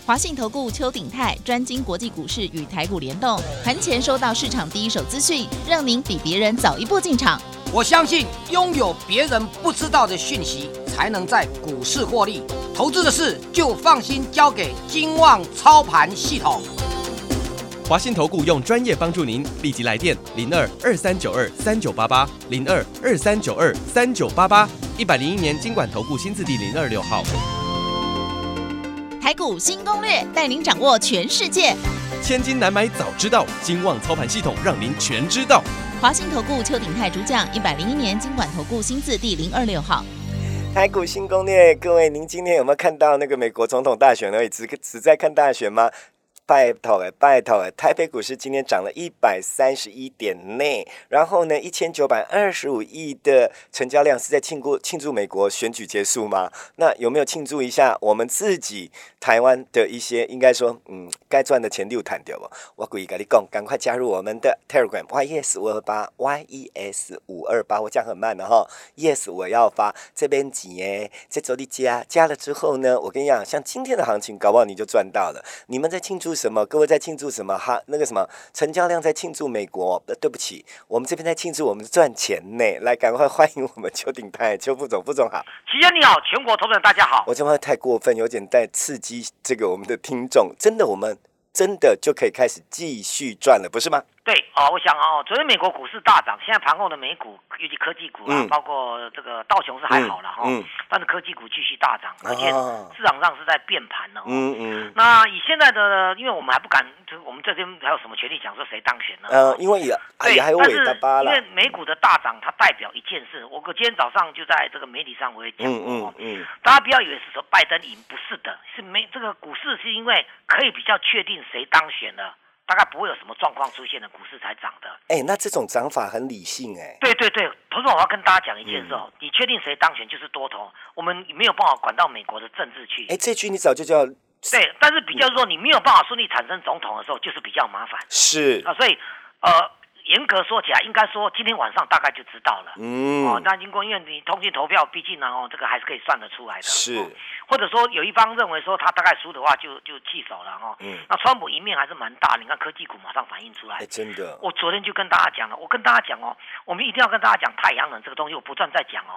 华信投顾邱鼎泰专精国际股市与台股联动，盘前收到市场第一手资讯，让您比别人早一步进场。 我相信拥有别人不知道的讯息，才能在股市获利。投资的事就放心交给金旺操盘系统。 华信投顾用专业帮助您，立即来电02-2392-3988，02-2392-3988，101年金管投顾新字第026号。 台股新攻略，带您掌握全世界。 千金难买早知道，金旺操盘系统让您全知道。 华信投顾邱鼎泰主讲，101年金管投顾新字第026号。 台股新攻略，各位，您今天有没有看到那个美国总统大选而已？只在看大选吗？拜托台北股市今天涨了131点内，然后呢，1925亿的成交量是在庆祝美国选举结束吗？那有没有庆祝一下我们自己台湾的一些应该说该赚的钱你有赚到不？我故意跟你讲，赶快加入我们的 Telegram YES528 YES528， 我讲很慢的哈 ，Yes 我要发这边钱耶，在这里加了之后呢，我跟你讲，像今天的行情，搞不好你就赚到了。你们在庆祝什么？各位在庆祝什么？那个什么成交量在庆祝美国？对不起，我们这边在庆祝我们赚钱呢。来，赶快欢迎我们邱鼎泰邱副总，副总好。 齐先你好，全国投资人大家好。 我这样太过分，有点带刺激这个我们的听众。真的，我们真的就可以开始继续赚了，不是吗？ 对我想昨天美国股市大涨，现在盘后的美股，尤其科技股包括这个道琼是还好了但是科技股继续大涨，而且市场上是在变盘了那以现在的，因为我们还不敢，我们这边还有什么权利讲说谁当选呢？ 因为也还有尾巴巴了。 因为美股的大涨，它代表一件事，我今天早上就在这个媒体上我也讲过大家不要以为是说拜登赢，不是的，是这个股市是因为可以比较确定谁当选了。大概不会有什么状况出现的，股市才涨的。 那这种涨法很理性对，投资我要跟大家讲一件事你确定谁当选就是多头，我们没有办法管到美国的政治去。 这句你早就叫对，但是比较说你没有办法顺利产生总统的时候，就是比较麻烦。 是所以严格说起来，应该说今天晚上大概就知道了。那经过因为你通讯投票，毕竟呢这个还是可以算得出来的。 是， 或者说有一方认为说他大概输的话就弃守了那川普赢面还是蛮大，你看科技股马上反映出来。 真的。 我昨天就跟大家讲了，我跟大家讲我们一定要跟大家讲太阳能这个东西，我不断在讲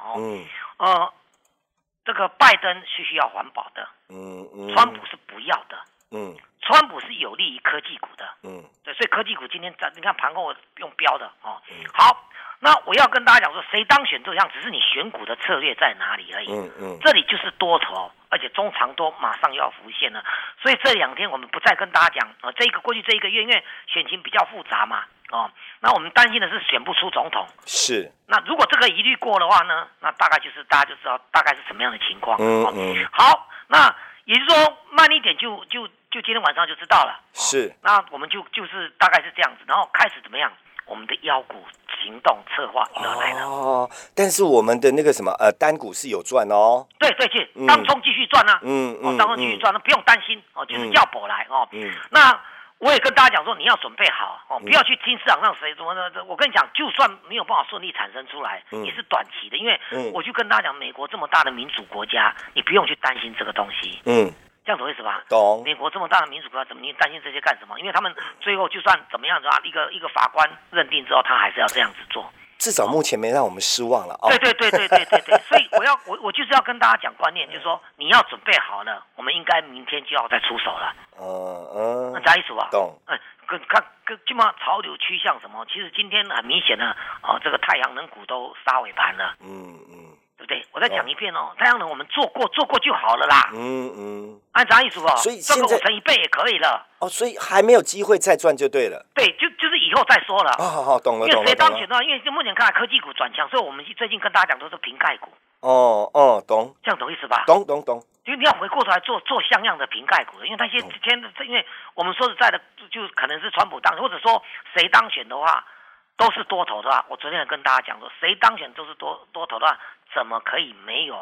这个拜登是需要环保的，川普是不要的。川普是有利于科技股的，对，所以科技股今天你看盘后用标的好，那我要跟大家讲说，谁当选这样，只是你选股的策略在哪里而已。这里就是多头，而且中长多马上要浮现了。所以这2天我们不再跟大家讲过去这一个月，因为选情比较复杂嘛那我们担心的是选不出总统。 是。 那如果这个疑虑过的话呢，那大概就是大家就知道大概是什么样的情况。好，那也就是说慢一点就今天晚上就知道了。 是。 那我们就是大概是这样子，然后开始怎么样？我们的妖股行动策划要来了但是我们的那个什么单股是有赚对， 当冲继续赚当冲继续赚，那不用担心就是要补来那我也跟大家讲说，你要准备好不要去听市场上谁怎么的。我跟你讲，就算没有办法顺利产生出来，也是短期的，因为我就跟大家讲，美国这么大的民主国家，你不用去担心这个东西。这样懂意思吧？ 懂。 美国这么大的民主国家，怎么你担心这些干什么？因为他们最后就算怎么样子一个法官认定之后，他还是要这样子做。 至少目前没让我们失望了对。所以我就是要跟大家讲观念，就是说你要准备好了，我们应该明天就要再出手了。那啥意思吧？ 懂。 看基本上潮流趋向什么？其实今天很明显的这个太阳能股都杀尾盘了。对不对？我再讲一遍太阳能我们做过就好了啦。按啥意思所以现在赚个5成1倍也可以了。 所以还没有机会再赚就对了。 对，就是以后再说了。 好，懂了。 因为谁当选的话，因为目前看来科技股转强，所以我们最近跟大家讲都是瓶盖股。 懂。 这样懂意思吧？ 懂。 因为你要回过头来做像样的瓶盖股的，因为那些因为我们说实在的，就可能是川普当选，或者说谁当选的话，都是多头的话，我昨天也跟大家讲说，谁当选都是多头的话，怎么可以没有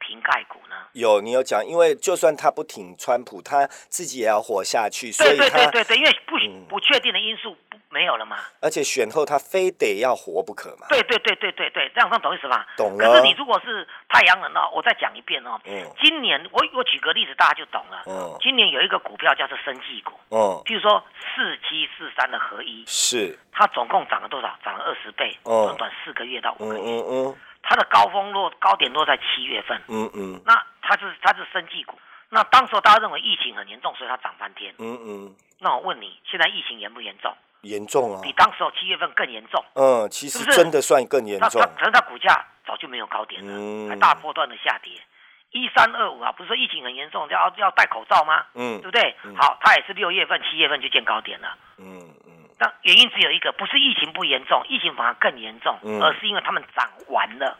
瓶盖股呢？ 有，你有讲，因为就算他不挺川普，他自己也要活下去，所以他对，因为不确定的因素没有了嘛。 而且选后他非得要活不可嘛。 对，这样懂意思吧？ 懂了。 可是你如果是太阳能哦，我再讲一遍哦。今年我举个例子，大家就懂了。今年有一个股票叫做生技股。譬如说4743的合一，是它总共涨了多少？涨了20倍，短短4个月到5个月。它的高点落在7月份。那它是生技股。那当时大家认为疫情很严重，所以它涨翻天。那我问你，现在疫情严不严重？严重啊，比当时7月份更严重。 其实真的算更严重。 可是它股价早就没有高点了，还大波段的下跌。1325啊，不是说疫情很严重要戴口罩吗？对不对？好，它也是6月份、7月份就见高点了。那原因只有一个，不是疫情不严重，疫情反而更严重，而是因为他们涨完了。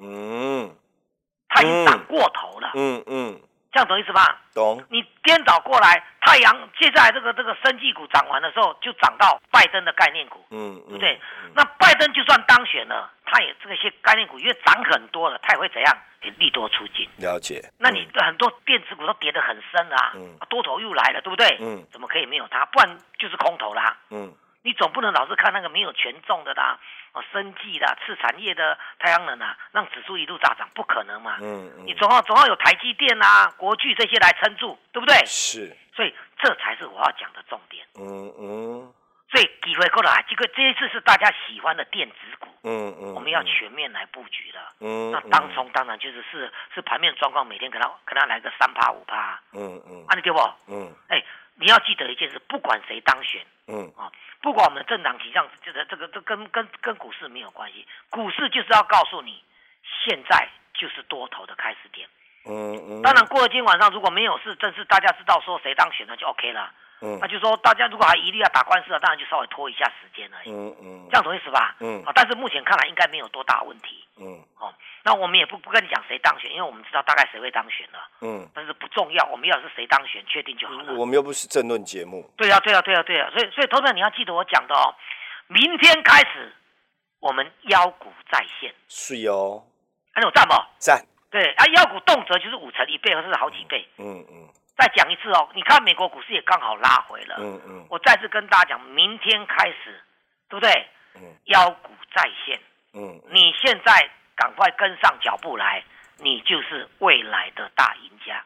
它已经涨过头了。这样懂意思吧？懂。你颠倒过来，太阳接下来这个生技股涨完的时候，就涨到拜登的概念股，对不对？那拜登就算当选了，他也这些概念股因为涨很多了，他也会怎样？也利多出尽。了解。那你很多电子股都跌得很深啊，多头又来了，对不对？怎么可以没有它？不然就是空头啦。你总不能老是看那个没有权重的啦，生技啦、次产业的太阳能啊，让指数一路大涨，不可能嘛。你总要有台积电啊、国巨这些来撑住，对不对？是。所以这才是我要讲的重点。所以机会过来，这一次是大家喜欢的电子股。我们要全面来布局了。那当冲当然是盘面状况，每天可能来个3%、5%。你对不？你要记得一件事，不管谁当选，不管我们的政党倾向，这跟股市没有关系。股市就是要告诉你，现在就是多头的开始点。当然过了今天晚上，如果没有事，正是大家知道说谁当选，那就 OK 了。那就说大家如果还一律要打官司了，当然就稍微拖一下时间而已。这样懂意思吧？但是目前看来应该没有多大问题。那我们也不跟你讲谁当选，因为我们知道大概谁会当选了。但是不重要，我们要是谁当选，确定就好了。我们又不是政论节目。对啊。所以投资人你要记得我讲的哦，明天开始我们妖股再现。是哦。那有赞不？赞。对啊，妖股动辄就是5成1倍，或是好几倍。再讲一次哦，你看美国股市也刚好拉回了。我再次跟大家讲，明天开始，对不对？妖股再现。你现在赶快跟上脚步来，你就是未来的大赢家。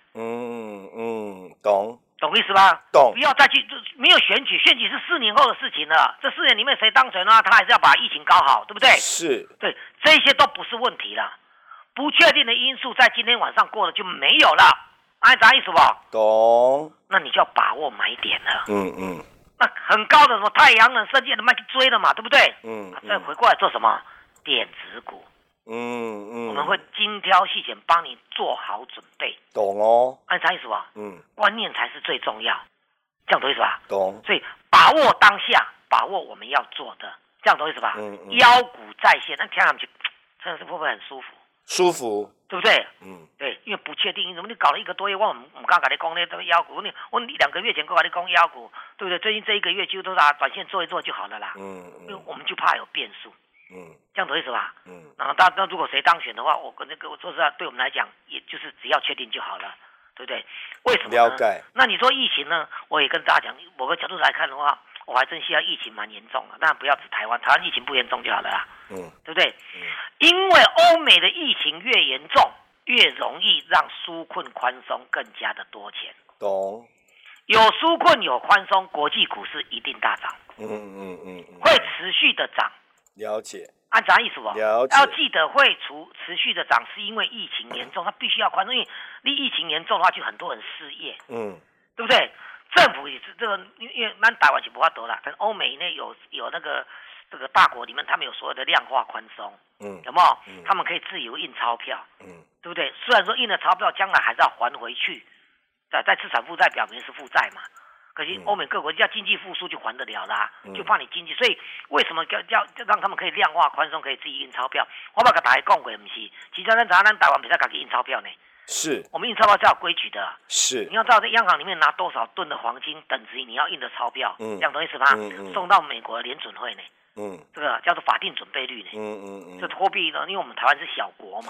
懂意思吧？懂。不要再去，没有选举是4年后的事情了。这4年里面谁当选呢？他还是要把疫情搞好，对不对？是。对，这些都不是问题了。不确定的因素在今天晚上过了就没有了。啥意思不？懂。那你就要把握买点了。那很高的什么太阳能、生技的卖去追了嘛，对不对？再回过来做什么？电子股。我们会精挑细选帮你做好准备。懂哦。啥意思不？观念才是最重要。这样懂意思吧？懂。所以把握当下，把握我们要做的，这样懂意思吧？妖股再现，那听上去真的是会不会很舒服？舒服，对不对？对，因为不确定，怎么你搞了1个多月，我们刚跟你讲那个妖股，我2个月前跟你讲妖股，对不对？最近这1个月几乎都是短线做一做就好了啦。因为我们就怕有变数。这样懂意思吧？然后那如果谁当选的话，我说实在，对我们来讲，也就是只要确定就好了，对不对？为什么呢？了解。那你说疫情呢？我也跟大家讲，某个角度来看的话，我还真希望疫情蛮严重的，当然不要指台湾疫情不严重就好了啦。对不对？因为欧美的疫情越严重，越容易让纾困宽松更加的多钱。懂。有纾困有宽松，国际股市一定大涨。会持续的涨。了解。啥意思不？了解。要记得会持续的涨，是因为疫情严重，它必须要宽松，因为你疫情严重的话，就很多人失业。对不对？政府也是这个，因为咱台湾是不法得啦，但欧美呢有那个。这个大国里面，他们有所谓的量化宽松，有没有？他们可以自由印钞票，对不对？虽然说印了钞票，将来还是要还回去，在资产负债表明是负债嘛。可是欧美各国要经济复苏就还得了啦，就怕你经济，所以为什么要让他们可以量化宽松，可以自己印钞票？我把跟大家讲过，不是？其实咱台湾不是自己印钞票呢，是我们印钞票是有规矩的，是你要知道在央行里面拿多少吨的黄金等值你要印的钞票，这样懂意思吗？送到美国的联准会呢。这个叫做法定准备率呢。这货币呢，因为我们台湾是小国嘛，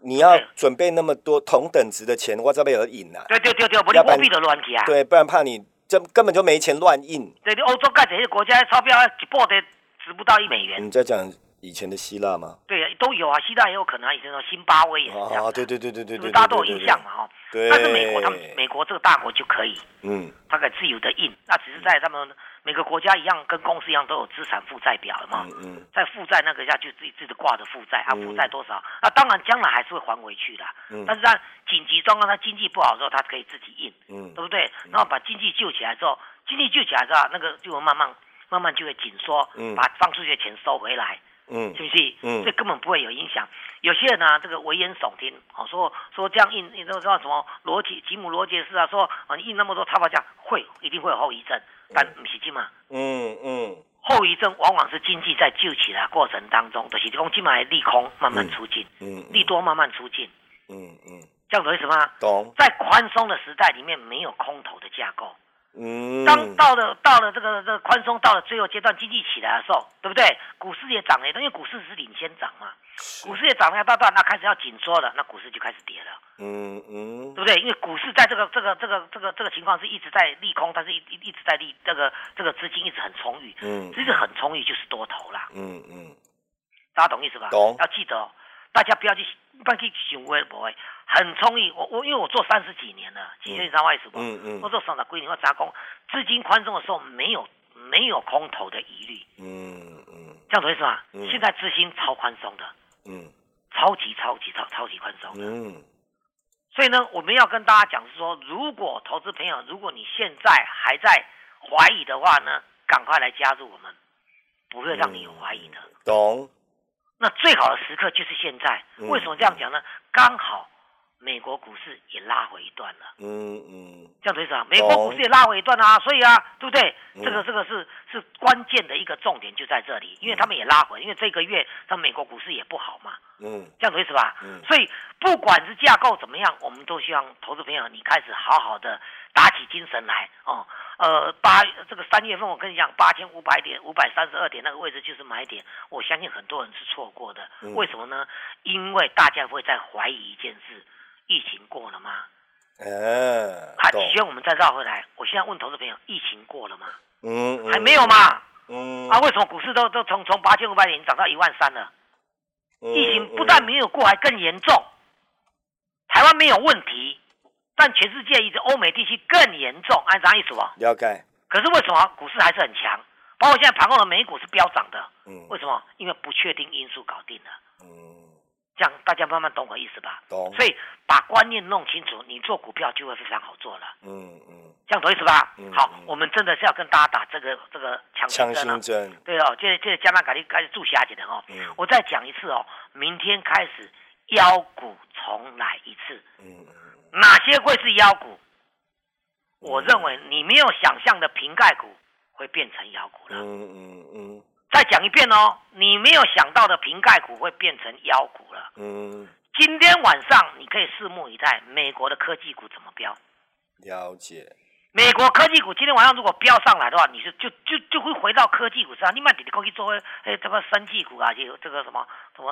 你要准备那么多同等值的钱，我这边有印啊。 对，不然货币就乱起啊。 对，不然怕你根本就没钱乱印。 对，欧洲盖这些国家钞票一报的值不到$1。 你在讲以前的希腊吗？ 对，都有啊，希腊也有可能啊，以前说辛巴威也是这样。 对， 大家都有印象嘛，哈。 对。 但是美国这个大国就可以，它可以自由的印，那只是在他们每个国家一样，跟公司一样都有资产负债表嘛，在负债那个下就自己挂着负债啊，负债多少，那当然将来还是会还回去的，但是在紧急状况，它经济不好的时候，它可以自己印，对不对？然后把经济救起来之后，那个就会慢慢就会紧缩，把放出去的钱收回来。是不是？所以根本不会有影响。有些人呢，这个危言耸听，说这样印，你知道什么吉姆罗杰斯啊，说你印那么多钞票，这样一定会有后遗症，但不是这嘛。后遗症往往是经济在救起来过程当中，就是讲今买利空慢慢出尽，利多慢慢出尽。这样懂意思吗？ 懂。 在宽松的时代里面，没有空头的架构。当到了这个宽松到了最后阶段，经济起来的时候，对不对？股市也涨了，因为股市是领先涨嘛，股市也涨了一大段，那开始要紧缩了，那股市就开始跌了，对不对？因为股市在这个情况是一直在利空，但是一直在这个资金一直很充裕，一直很充裕就是多头啦，大家懂意思吧？ 懂。 要记得哦，大家不要去想歪不会。很充裕，因为我做30几年了，几千3万什么，我做30几年，我杂工，资金宽松的时候没有空头的疑虑，这样懂意思吗？现在资金超宽松的，超级宽松，所以呢，我们要跟大家讲是说，如果投资朋友，如果你现在还在怀疑的话呢，赶快来加入我们，不会让你有怀疑的， 懂？ 那最好的时刻就是现在，为什么这样讲呢？刚好。美国股市也拉回一段了，这样子意思啊？美国股市也拉回一段啊，所以啊，对不对？这个是关键的一个重点就在这里，因为他们也拉回，因为这个月他们美国股市也不好嘛，这样子意思吧？所以不管是架构怎么样，我们都希望投资朋友你开始好好的打起精神来哦。这个3月份我跟你讲8500点，532点那个位置就是买点，我相信很多人是错过的，为什么呢？因为大家会在怀疑一件事。疫情过了吗？希望我们再绕回来。我现在问投资朋友，疫情过了吗？还没有嘛。为什么股市都从8500点涨到13000了？疫情不但没有过，还更严重。台湾没有问题，但全世界以及欧美地区更严重。按啥意思吧？ 了解。 可是为什么股市还是很强？包括现在盘后的美股是飙涨的。为什么？因为不确定因素搞定了。这样大家慢慢懂我意思吧？ 懂。 所以把观念弄清楚，你做股票就会非常好做了。这样懂意思吧？好，我们真的是要跟大家打这个强心针。对哦，这加码开始注下去的哦。我再讲一次哦，明天开始妖股重来一次。哪些会是妖股？我认为你没有想象的瓶盖股会变成妖股了。再讲一遍哦，你没有想到的瓶盖股会变成妖股了。今天晚上你可以拭目以待，美国的科技股怎么飙？ 了解。 美国科技股今天晚上如果飙上来的话，你就会回到科技股上。你慢点过去做这个生技股啊，这个什么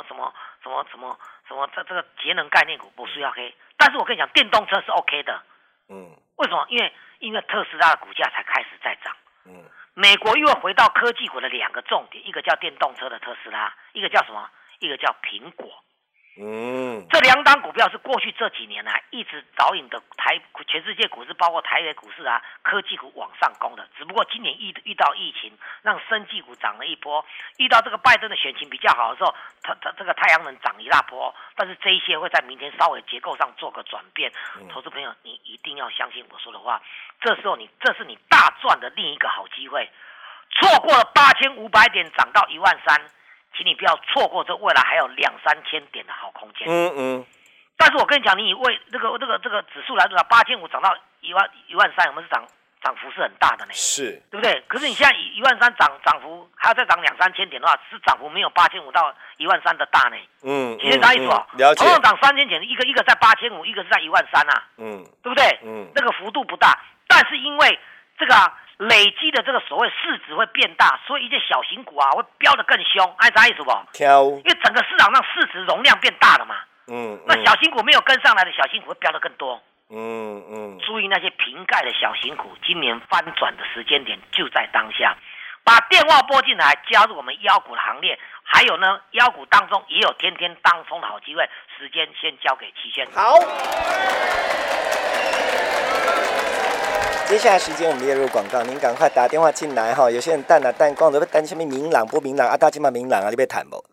这个节能概念股不需要黑。但是我跟你讲，电动车是 OK 的。为什么？因为特斯拉的股价才开始在涨。美国又回到科技股的2个重点，一个叫电动车的特斯拉，一个叫什么？一个叫苹果。这2档股票是过去这几年来一直导引的全世界股市，包括台北股市啊，科技股往上攻的。只不过今年遇到疫情，让生技股涨了一波；遇到这个拜登的选情比较好的时候，它这个太阳能涨一大波。但是这一些会在明天稍微结构上做个转变。投资朋友，你一定要相信我说的话。这时候这是你大赚的另一个好机会。错过了8500点涨到13000。请你不要错过这未来还有2-3千点的好空间。但是我跟你讲，你以为这个指数来说，8500涨到13000，我们是涨幅是很大的呢， 是， 对不对？可是你现在13000涨幅还要再涨2-3千点的话，是涨幅没有8500到13000的大呢。其实啥意思哦？ 了解。 同样涨3000点，一个在8500，一个是在13000啊。对不对？那个幅度不大，但是因为这个累积的这个所谓市值会变大，所以一些小型股啊会飙得更凶，啥意思不？ 挑。 因为整个市场上市值容量变大了嘛。 那小型股没有跟上来的小型股会飙得更多。注意那些瓶盖的小型股，今年翻转的时间点就在当下。把电话拨进来，加入我们妖股的行列。还有呢，妖股当中也有天天当冲的好机会。时间先交给齐轩。 好。接下来时间我们列入广告，您赶快打电话进来哈。有些人等讲要等什么明朗不明朗啊？大家嘛明朗啊，你要谈不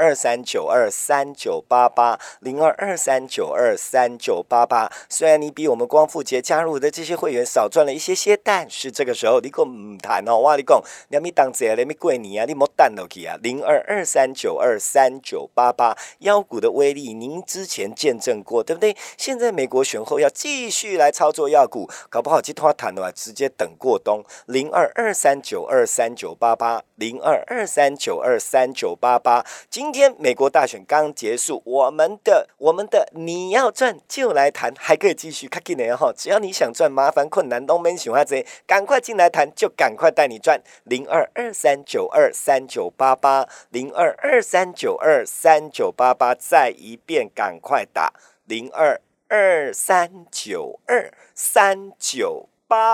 ？0223923988，0223923988。虽然你比我们光复节加入的这些会员少赚了一些，但是这个时候你讲唔谈哦，我跟你讲，你咪当这你咪过年啊，你莫等落去啊。0223923988，妖股的威力您之前见证过，对不对？现在美国选后要继续来操作妖股，搞不好这趟谈的话，直接等过冬。0223923988，0223923988。今天美国大选刚结束，我们的你要赚就来谈，还可以继续看进来哈。只要你想赚，麻烦困难都没想法子，赶快进来谈，就赶快带你赚。0223923988，0223923988，再一遍，赶快打0223923988。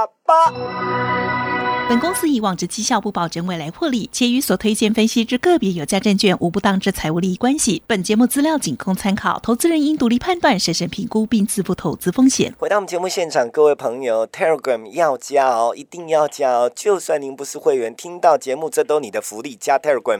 本公司以往之绩效不保证未来获利，且与所推荐分析之个别有价证券无不当之财务利益关系。本节目资料仅供参考，投资人应独立判断、审慎评估并自负投资风险。 回到我们节目现场，各位朋友 ，Telegram 要加哦，一定要加哦！就算您不是会员，听到节目这都你的福利，加 Telegram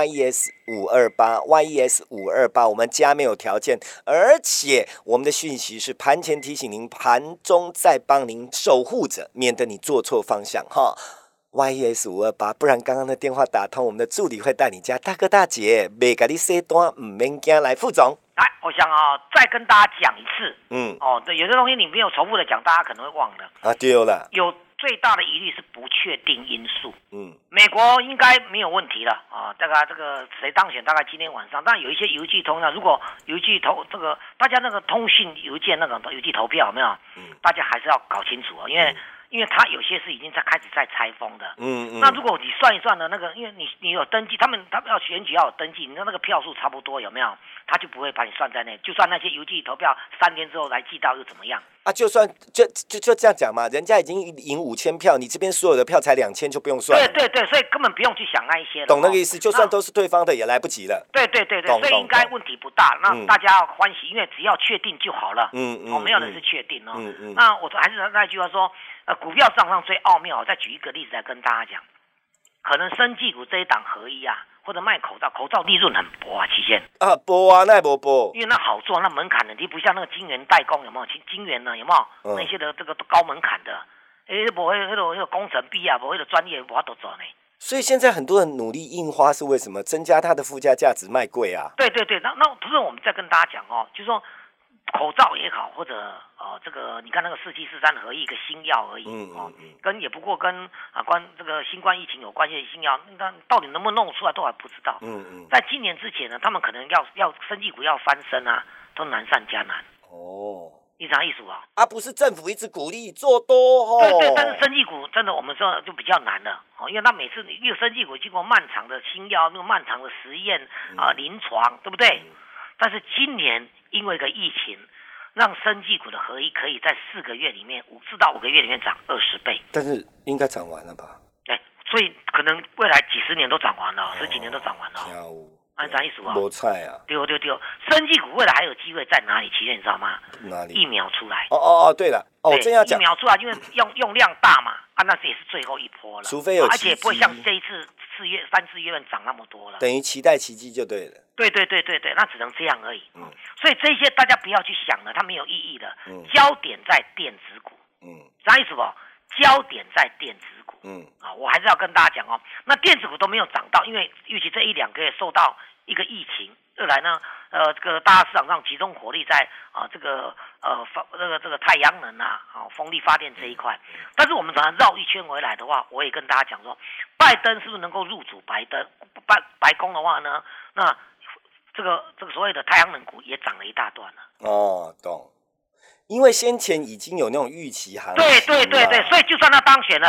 YES528，我们加没有条件，而且我们的讯息是盘前提醒您，盘中再帮您守护着，免得你做错方向哈。YES528，不然刚刚的电话打通，我们的助理会带你加。大哥大姐，别给你塞单，唔免惊。来，副总， 来，我想再跟大家讲一次。对，有些东西你没有重复的讲，大家可能会忘了。 啊，对了， 有最大的疑虑是不确定因素。美国应该没有问题了啊。大概这个谁当选，大概今天晚上。但有一些邮寄通呢，如果邮寄投这个大家那个通讯邮件那个邮寄投票有没有？大家还是要搞清楚因为他有些是已经开始在拆封的，那如果你算一算的那个，因为你有登记，他们要选举要有登记，你那个票数差不多有没有？他就不会把你算在内，就算那些邮寄投票3天之后来寄到又怎么样？ 啊，就算就这样讲嘛，人家已经赢5000票，你这边所有的票才2000，就不用算。 对，所以根本不用去想那一些了。 懂那个意思？就算都是对方的，也来不及了。 对，所以应该问题不大。那大家要欢喜，因为只要确定就好了。没有的是确定哦。那我还是那句话说。股票市场上最奥妙，再举一个例子来跟大家讲，可能生技股这一档合一啊，或者卖口罩利润很薄啊，期限啊薄啊，那不薄， 因为那好做，那门槛的，你不像那个晶圆代工有没有？晶圆呢有没有？那些的这个高门槛的，不会那个工程毕业，不会的专业我都做呢。 所以现在很多人努力印花是为什么？增加它的附加价值，卖贵啊。 对，那不是我们在跟大家讲就是说。口罩也好，或者这个你看那个4743合一一个新药而已，跟也不过跟关这个新冠疫情有关系的新药，那到底能不能弄出来都还不知道。在今年之前呢，他们可能要生技股要翻身啊，都难上加难。你啥意思啊？ 不是政府一直鼓励做多对，但是生技股真的我们说就比较难了因为它每次因为生技股经过漫长的新药、那个漫长的实验临床，对不对？但是今年因为一个疫情，让生技股的合一可以在4个月里面，4到5个月里面涨20倍。 但是应该涨完了吧？ 所以可能未来几十年都涨完了，10几年都涨完了。按啥意思啊？ 没菜啊！ 对，生技股未来还有机会在哪里？其实你知道吗？ 哪里？ 疫苗出来。 对了，我正要讲疫苗出来，因为用量大嘛，那也是最后一波了。 除非有奇迹， 而且不会像这一次3、4月份涨那么多了。 等于期待奇迹就对了。 对，那只能这样而已。所以这些大家不要去想了，它没有意义的。焦点在电子股。啥意思不？焦点在电子股。我还是要跟大家讲那电子股都没有涨到，因为预期这1-2个月受到一个疫情，二来呢，这个大家市场上集中火力在这个太阳能风力发电这一块。但是我们常常绕一圈回来的话，我也跟大家讲说，拜登是不是能够入主白宫的话呢？那这个所谓的太阳能股也涨了一大段了。 懂。因为先前已经有那种预期行情。 对，所以就算他当选了，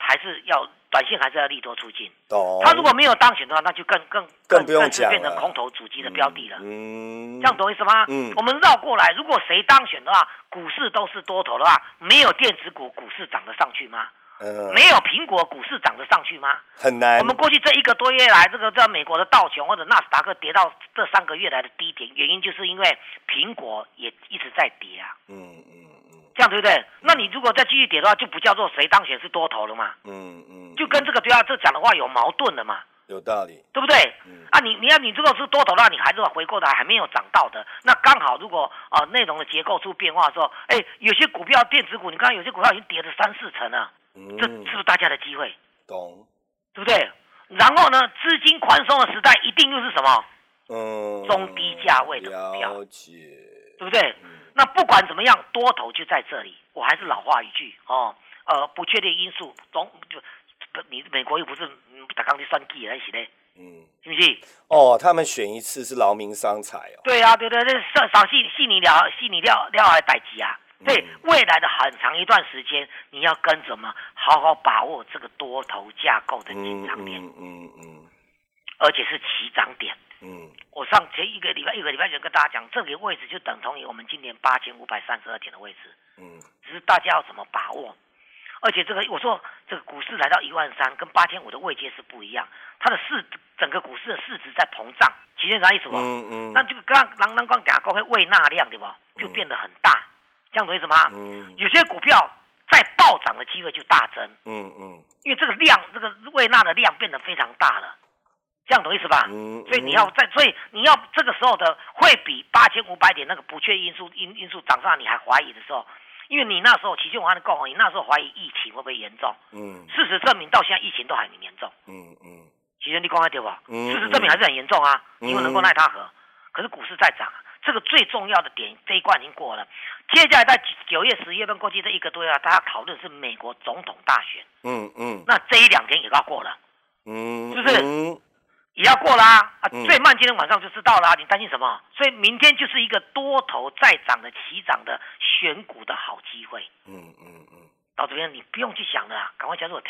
还是要短线还是要利多出尽。 懂。 他如果没有当选的话，那就更不用讲了， 变成空头主击的标的了。 这样懂意思吗？我们绕过来，如果谁当选的话，股市都是多头的话，没有电子股，股市涨得上去吗？没有苹果，股市涨得上去吗？ 很难。 我们过去这1个多月来，这个在美国的道琼或者纳斯达克跌到这3个月来的低点，原因就是因为苹果也一直在跌啊。这样对不对？那你如果再继续跌的话，就不叫做谁当选是多头了嘛。就跟这个这讲的话有矛盾了嘛。 有道理， 对不对？你如果是多头的话，你还是回购的还没有涨到的，那刚好如果内容的结构出变化的时候，有些股票电子股，你看有些股票已经跌了3-4成了，这是不是大家的机会？ 懂， 对不对？然后呢，资金宽松的时代一定又是什么？中低价位的股票， 了解， 对不对？那不管怎么样，多头就在这里。我还是老话一句不确定因素你美国又不是打刚去算计还是嘞？是不是？ 他们选一次是劳民伤财哦。 对啊，对，这少细你了的代志啊。所以未来的很长一段时间，你要跟着嘛，好好把握这个多头架构的进场点，而且是起涨点。我上前一个礼拜前跟大家讲，这个位置就等同于我们今年8532点的位置。只是大家要怎么把握？而且我说这个股市来到13000跟8500的位阶是不一样，它的整个股市的市值在膨胀，其实啥意思不？那这个刚刚讲讲会胃纳量对不？就变得很大，这样懂意思吗？有些股票再暴涨的机会就大增。因为这个量，这个胃纳的量变得非常大了。这样懂意思吧？所以你要这个时候的会比8500点那个不确因素涨上你还怀疑的时候，因为你那时候期间我还跟你那时候怀疑疫情会不会严重，事实证明到现在疫情都还很严重，期间你讲对吧？事实证明还是很严重啊，因为能够奈他何？可是股市在涨，这个最重要的点这一关已经过了，接下来在9月、10月份过去这1个多月，大家讨论是美国总统大选，那这1-2天也要过了，是不是？也要过啦最慢今天晚上就知道啦，你担心什么？所以明天就是一个多头再涨的起涨的选股的好机会。到这边你不用去想了啦，赶快加入我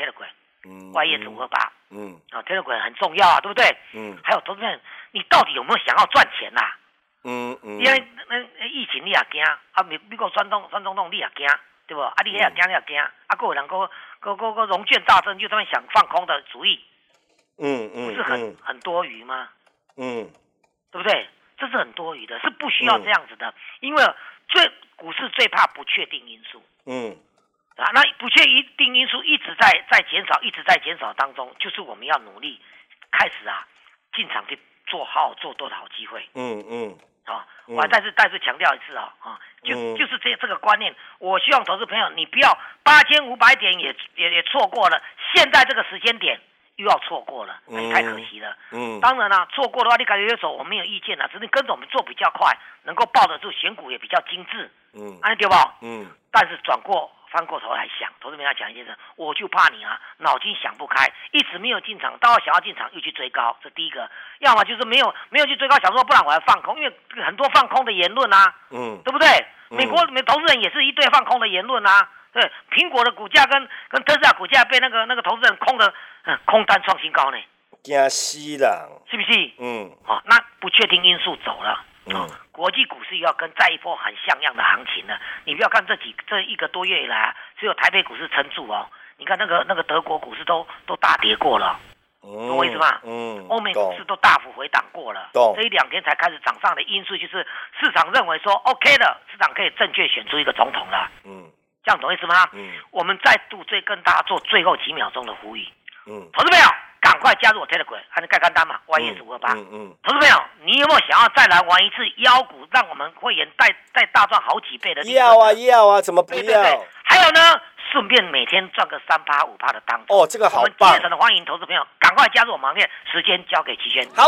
Telegram，YS528，Telegram 很重要啊，对不对？还有投资人，你到底有没有想要赚钱啦？因为疫情你也惊美国酸总统你也惊，对不？你也惊，还有人融券大增，就他们想放空的主意。不是很多余吗？对不对？这是很多余的，是不需要这样子的，因为股市最怕不确定因素。那不确定因素一直在减少，一直在减少当中，就是我们要努力开始进场去做多的好机会。我还再次强调一次就是这个观念，我希望投资朋友你不要8500点也错过了，现在这个时间点。又要错过了，太可惜了。当然啦，错过的话，你感觉走，我没有意见啦，只是你跟着我们做比较快，能够抱得住，选股也比较精致。对吧？但是翻过头来想，投资朋友讲一件事，我就怕你脑筋想不开，一直没有进场，到想要进场又去追高，这第一个。要么就是没有去追高，想说不然我要放空，因为很多放空的言论对不对？美国投资人也是一堆放空的言论对，苹果的股价跟特斯拉股价被那个投资人空单创新高呢， 惊死人， 是不是？那不确定因素走了，国际股市又要跟再一波很像样的行情了。你不要看这1个多月以来只有台北股市撑住你看那个德国股市都大跌过了，懂我意思吗？欧美股市都大幅回档过了，这1-2天才开始涨上的因素就是市场认为说 OK 了，市场可以正确选出一个总统了。这样懂意思吗？我们再度跟大家做最后几秒钟的呼吁。投资朋友，赶快加入我 Telegram， 还能盖单嘛？YS528。投资朋友，你有没有想要再来玩一次妖股，让我们会员带大赚好几倍的利润？ 要啊，怎么不要？ 对。还有呢，顺便每天赚个3%、5%的当中。 这个好棒！ 我们竭诚的欢迎投资朋友赶快加入我们行列，时间交给齐轩。 好。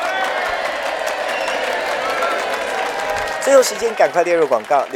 最后时间赶快列入广告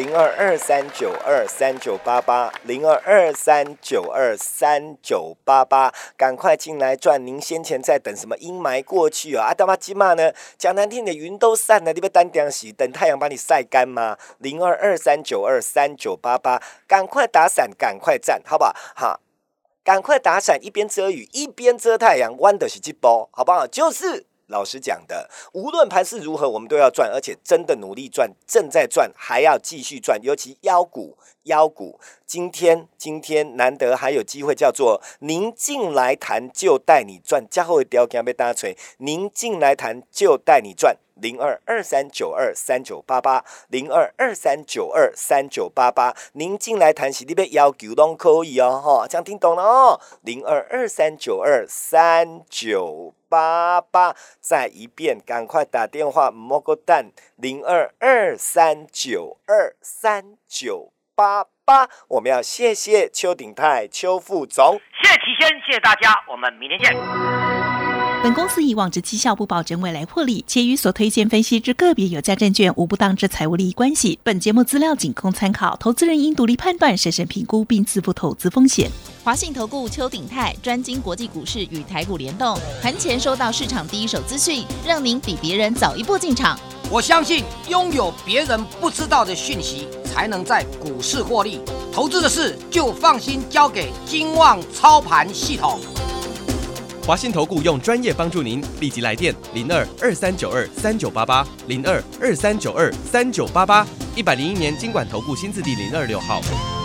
，0223923988，0223923988，赶快进来赚！您先前在等什么阴霾过去阿达玛基玛呢？讲难听点，云都散了，你被单点洗，等太阳把你晒干吗？0223923988，赶快打伞，赶快站，好不好？好。 赶快打伞，一边遮雨一边遮太阳，弯的是这波，好不好？就是老师讲的，无论盘势如何，我们都要赚，而且真的努力赚，正在赚，还要继续赚。尤其妖股，今天难得还有机会，叫做您进来谈就带你赚，加后的条件被大家吹，您进来谈就带你赚。0223923988，0223923988，您进来谈是你要要求都可以哦，这样听懂了哦。0223923988，再一遍，赶快打电话，莫个等。0223923988，我们要谢谢邱鼎泰邱副总， 谢谢齐先，谢谢大家，我们明天见。 本公司以往之绩效不保证未来获利，且与所推荐分析之个别有价证券无不当之财务利益关系。本节目资料仅供参考，投资人应独立判断、审慎评估并自负投资风险。 华信投顾邱鼎泰专精国际股市与台股联动，盘前收到市场第一手资讯，让您比别人早一步进场。 我相信拥有别人不知道的讯息，才能在股市获利。投资的事就放心交给金旺操盘系统。 华信投顾用专业帮助您，立即来电0223923988，0223923988，101年金管投顾新字第026号。